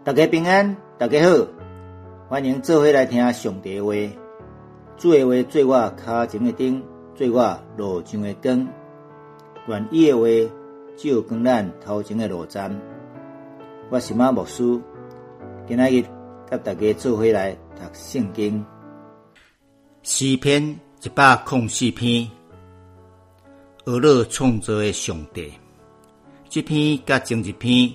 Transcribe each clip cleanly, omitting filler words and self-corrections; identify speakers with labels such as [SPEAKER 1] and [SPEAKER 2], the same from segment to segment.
[SPEAKER 1] 大家平安，大家好，欢迎做伙来听上帝的话。主的话做我脚前的灯，做我路上的光。愿伊的话照光咱头前的路站。我是马牧师，今仔日甲大家做伙来读圣经。
[SPEAKER 2] 诗篇104篇，俄勒创造的上帝。这篇甲前一篇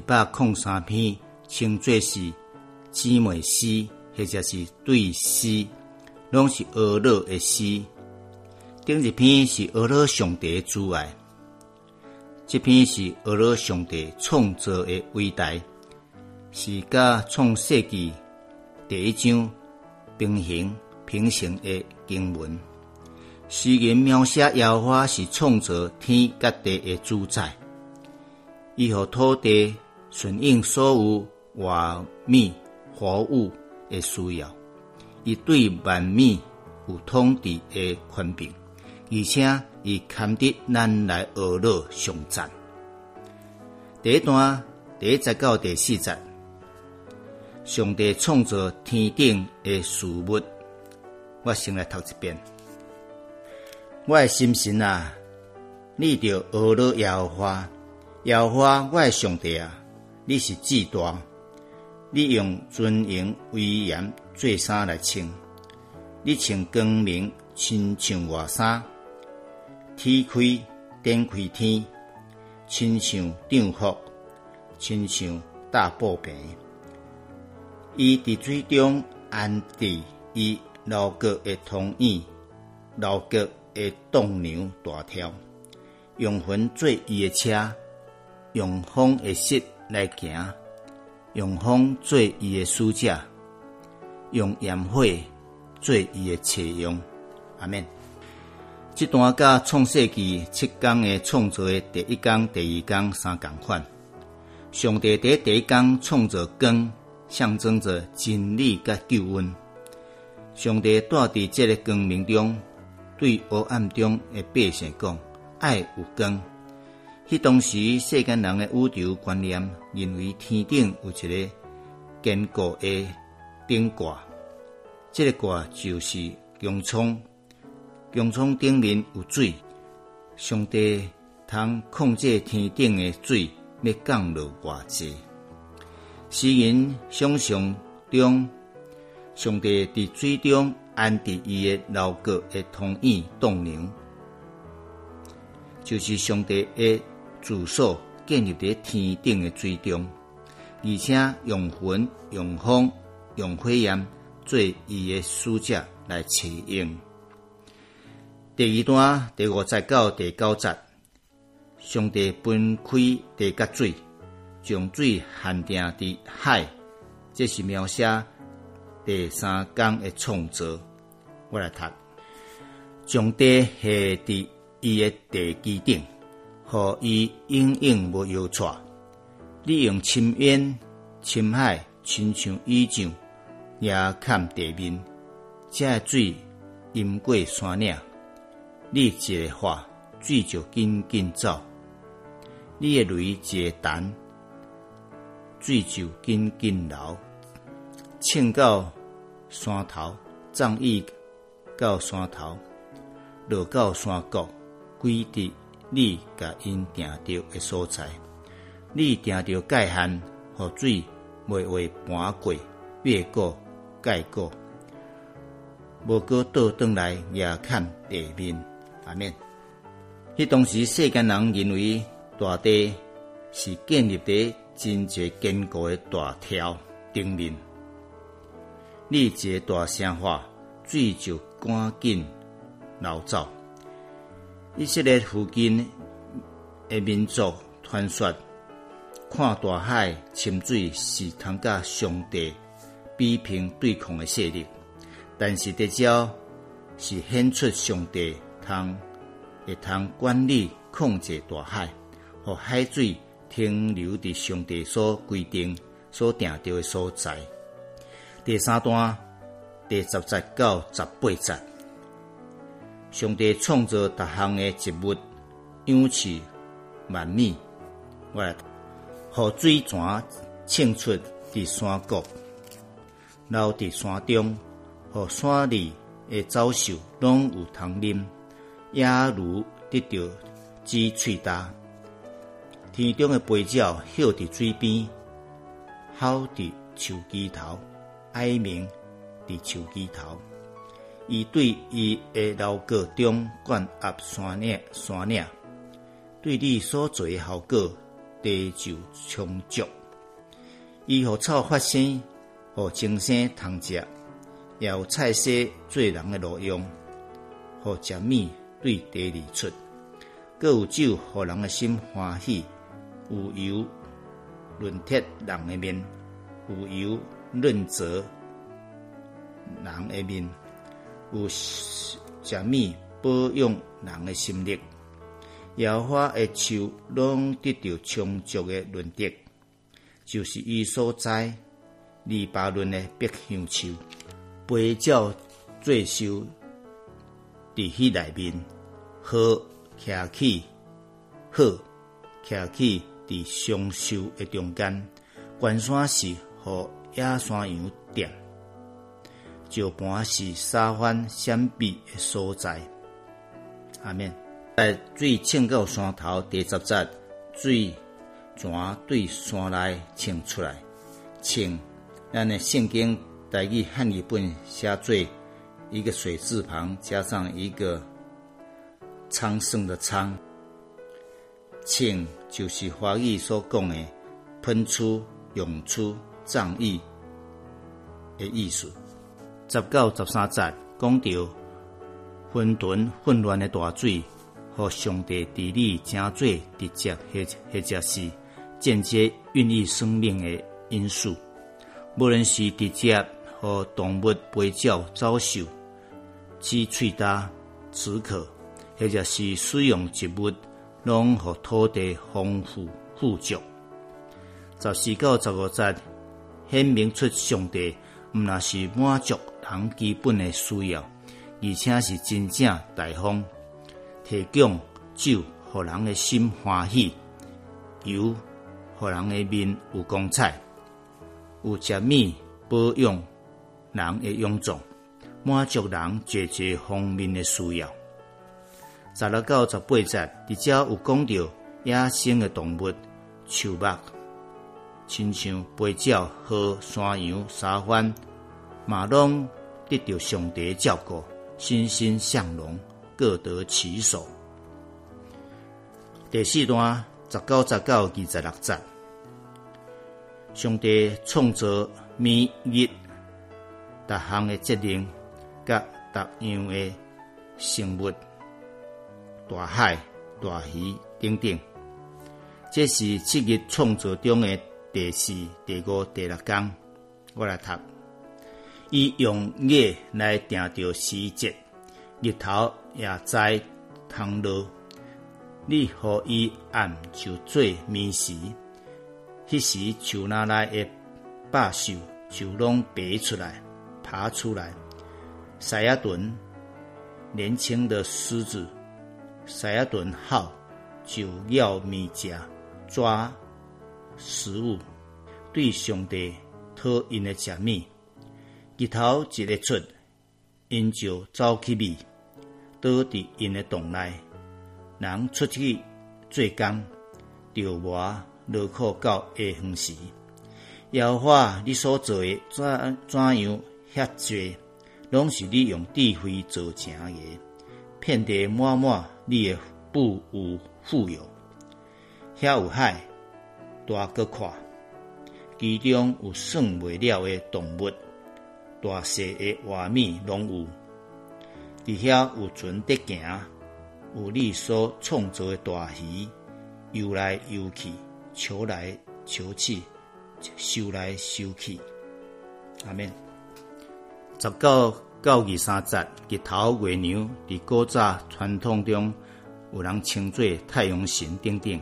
[SPEAKER 2] 103篇称作是姊妹诗，或者是对诗，拢是俄勒的诗。顶一篇是俄勒上帝的主爱，这篇是俄勒上帝创造的伟大，是甲创世纪第一章平行的经文。诗人描写耶和华是创造天甲地的主宰，伊予土地顺应所有活物活物的需要，伊对万物有统治的权柄，而且伊堪得咱来俄勒上赞。第一段第1节到第4节，上帝创造天顶的事物。我先来读一遍。我的心神啊，你着俄勒耶和华，耶和华我的上帝啊，你是至大，你用尊荣威严做衫来穿，你穿光明亲像外衫，天开展开天，亲像帐幕，亲像大布棚。伊伫水中安置伊楼阁的通椅，楼阁的栋梁大条，用云做伊的车，用风的翼来行，用风做伊的使者，用焰火做伊的车用。阿们。这段甲创世纪7天的创造的第1天、第2天3同款。上帝在第一天创造光，象征着真理甲救恩。上帝住伫这个光明中，对黑暗中的百姓讲：爱有光。迄当时世间人的宇宙观念认为天顶有一个坚固的顶挂，这个挂就是穹苍，穹苍顶面有水，上帝通控制天顶的水要降落偌济。诗人想象中，上帝伫水中安置伊的楼阁的通椅栋梁，就是上帝的住所建立在天顶的水中，而且用云、用风、用火焰做伊的使者来使用。第2段第5节到第9节，上帝分开地甲水，将水限定伫海，这是描写第3天的创造。我来读：将地下伫伊的地基顶，互伊永远无摇掣。你用深渊、深海，亲像雨降，也看地面。这个水淹过山岭，你一个话，水就紧紧走；你的雷一个弹，水就紧紧流。冲到山头，涨溢到山头，落到山谷，归伫你甲因定着的所在。你定着界限，互水袂会搬过、越过、盖过，无过倒转来也看地面。阿免。迄当时世间人认为大地是建立在真侪坚固的大条顶面。你一个大声话，水就赶紧流走。以色列附近的民族传说，看大海深水是通甲上帝比拼对抗的势力，但是得招是显出上帝会通管理控制大海，互海水停留伫上帝所规定、所定着的所在。第3段第10节到18节，上帝创造各项的植物、养殖万物，互水泉沁出伫山谷，留伫山中，互山里的走兽拢有通啉，野驴得到紫喙焦。天中的飞鸟歇伫水边，吼伫树枝头，哀鸣伫树枝头。伊对伊的楼阁中灌压山岭，对你所做的效果地就充足。伊互草发生，互精生通食，也有菜色做人的路用，互食米对地而出，各有酒互人的心欢喜，有油润贴人的面，有油润泽人的面，有食米保养人的心力。野花的树拢得到充足的润泽，就是伊所在黎巴嫩的百香树。飞鸟做收伫迄内面，鹤徛起伫松树的中间。关山是互野山羊踮，石盘是沙番闪避的所在。阿免。在水浸到山头第10节，水泉对山内浸出来。浸，咱的圣经台语汉语本写做一个水字旁加上一个昌盛的昌。浸就是华语所讲的喷出、涌出、仗义的意思。19、13节讲到混沌混乱的大水，互上帝治理正做直接或者是间接孕育生命的因素。无论是直接互动物、飞鸟、走兽、紫喙焦、止渴，或者是使用植物，拢互土地丰富富足。14到15节显明出上帝毋但是满足人基本的需要，而且是真正大方，提供酒互人的心欢喜，油互人的面有光彩，有食米保养人的臃肿，满足人各个方面的需要。16到18节，伫遮有讲到野生的动物，树木，亲像飞鸟、鹤、山羊、沙番，嘛拢得到上帝照顾，欣欣向荣，各得其所。第4段19、19、26节，上帝创造绵日逐项的节令，甲逐样的生物，大海、大鱼等等。这是7日创造中的第4、第5、第6天。我来读。伊用月来定着时节，日头也在通落。你予伊暗就做暝时，迄时树林内的百兽就拢爬出来。塞亚顿年轻的狮子，塞亚顿号就要物食，抓食物，对上帝讨因的食物。日头一日出，因就走去觅，倒伫因的洞内。人出去做工，着磨劳苦到下昏时。耶和华你所做的怎样遐多，拢是你用智慧做成的，遍地满满你的富有富有。遐有海，大搁看，其中有算袂了的动物，大细的活物拢有。伫遐有船得行，有你所创造的大鱼，游来游去，求来求去，收来收去。阿免。19到23节，日头、月亮伫古早传统中，有人称作太阳神等等。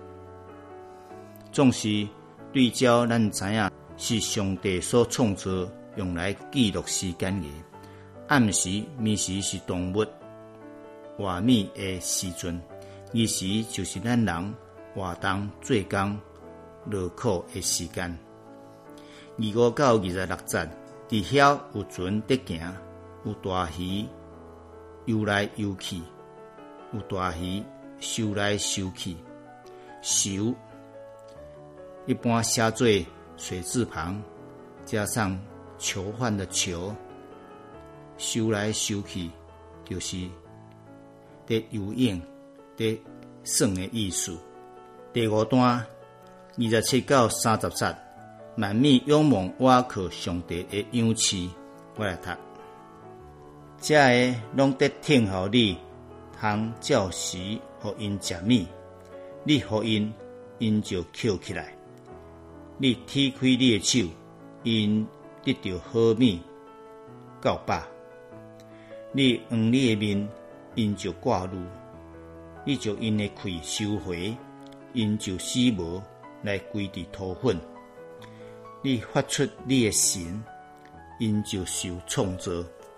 [SPEAKER 2] 总是对照咱知影是上帝所创造，用来记录时间的。暗时、暝时是动物活物的时阵，日时就是咱人活动做工劳苦的时间。 25到26节，伫遐有船得行，有大鱼游来游去，有大鱼游来游去。游一般写做水字旁，加上囚犯的囚，游来游去，就是在游泳、在耍的意思。第5段27到30节，万民仰望倚靠上帝的养赐，我来读。这个拢得听候你，通照时互因食米，你互因，因就捡起来；你踢开你的手，因得到好米够饱；你黄你的面，因就挂入；你就因的气收回，因就死无来归伫土粉；你发出你的神，因就受创造；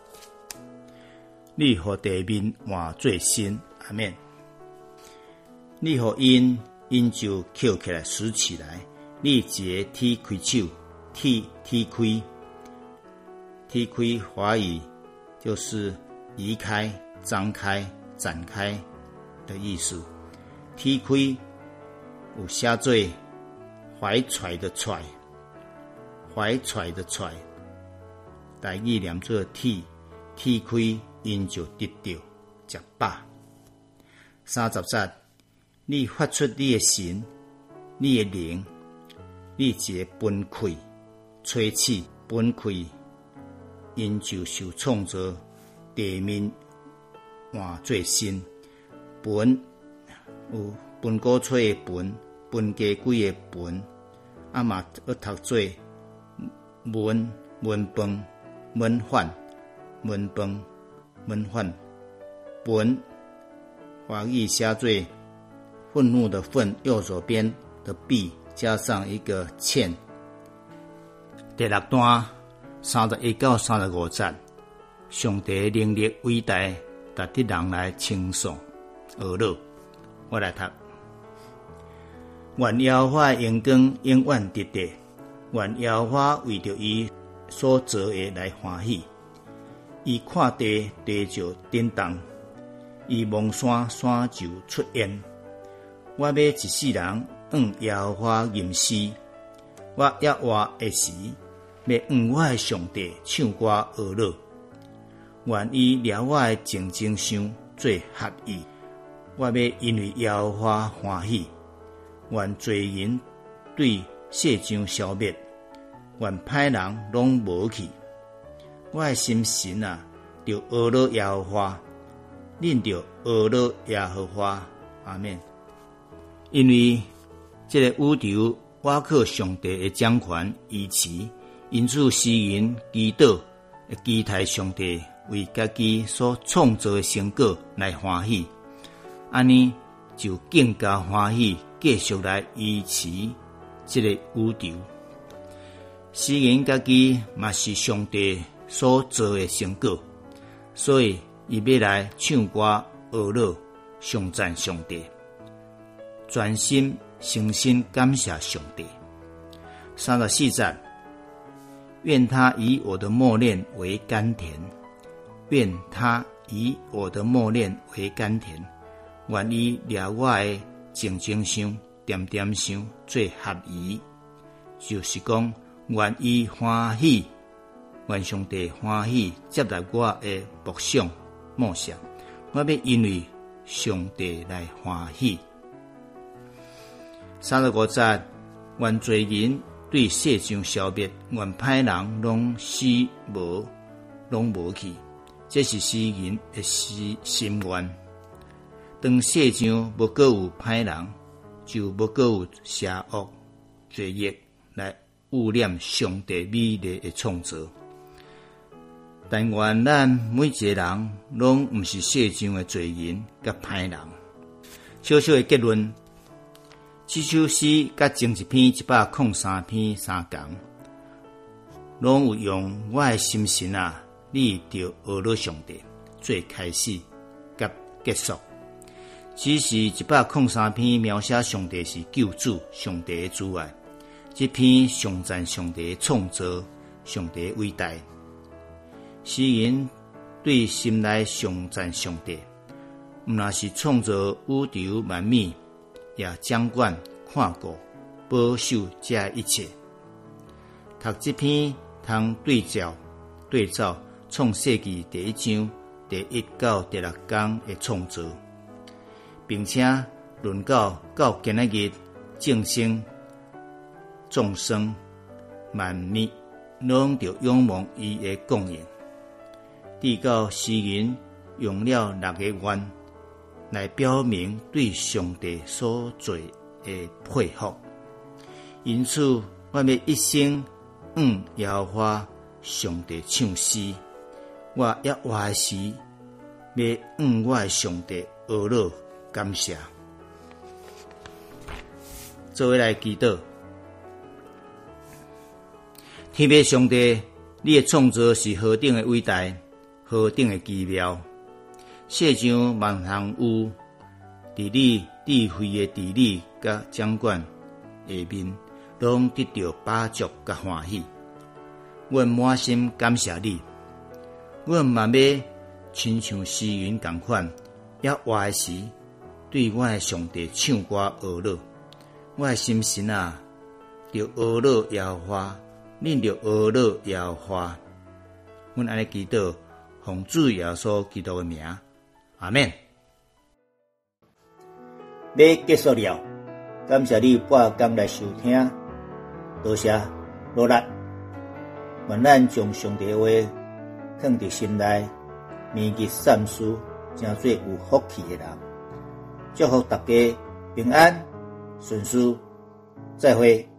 [SPEAKER 2] 你互地面换做新，阿们。你互因，因就捡起来拾起来；你一个踢开手，踢开华语就是移开、张开、展开的意思。踢开有写做怀揣的揣，怀揣的揣，台语念做踢开，因就得到食饱。30节，你发出你的神，你的灵，你一个分开、吹气、分开，因就受创造，地面换做新。分有分果吹的分，分家规的分，嘛要读做文饭、文饭、分华语写做愤怒的愤，右手边的臂加上一个欠。第6段31到35节，上帝的能力伟大，值得人来称颂学乐。我来读。愿耶和华的荣光永远直直，愿耶和华为着伊所做的来欢喜。伊看地，地就震动；伊望山，山就出烟。我要一世人耶和华吟诗，我也活的时，要我的上帝唱歌学乐。愿伊了我的静静想做合意，我要因为耶和华欢喜。愿罪人对世上消灭，愿歹人拢无去。我的心神啊，就学乐耶和华，恁就学乐耶和华。阿们。因为这个宇宙倚靠上帝的掌权依持，因此诗人祈祷会期待上帝为家己所创造的成果来欢喜，安尼就更加欢喜，继续来依持这个宇宙。诗人家己嘛是上帝所做的成果，所以伊要来唱歌学乐，颂赞上帝，专心诚心感谢上帝。34节，愿他以我的默念为甘甜，愿他以我的默念为甘甜，愿意了我的静静想、点点想做合宜，就是讲愿意欢喜，愿上帝欢喜接纳我的梦想，我要因为上帝来欢喜。35节，愿罪人对世上消灭，愿歹人拢死无，拢无去。这是诗人的心愿。当世上无搁有歹人，就无搁有邪恶、罪孽来污染上帝美丽的创造。但愿咱每一个人拢毋是世上的罪人甲歹人。小小的结论，这首诗甲前一篇103篇相同，拢有用我的心神啊，你着学乐上帝做开始甲结束。只是103篇描写上帝是救主，上帝的主爱。 这篇上赞上帝创造，上帝伟大。诗人对心内上赞上帝，毋若是创造宇宙万物，也掌管、看顾、保守这一切。读这篇，通对照创世纪第1章第1到第6讲的创造，并且论到今仔日众生、众生、万物，拢着仰望伊的供应。直到诗人用了6个愿来表明对上帝所做的佩服。因此，我要一生耶和华上帝唱诗。我也活时要我的上帝阿乐感谢。做伙来祈祷。天父上帝，你的创造是何等的伟大，何等的奇妙！世上万项有，伫你智慧的治理甲掌管下面，拢得到饱足甲欢喜。阮满心感谢你，阮嘛要亲像诗人同款，也活的时对我的上帝唱歌阿乐。我的心神啊，着阿乐耶和华，恁着阿乐耶和华。阮安尼祈祷，奉主耶稣基督的名，阿们。
[SPEAKER 1] 要结束了，感谢你半工来收听，多谢努力。愿咱将上帝的话放伫心内，铭记善事，成做有福气的人。祝福大家平安顺遂，再会。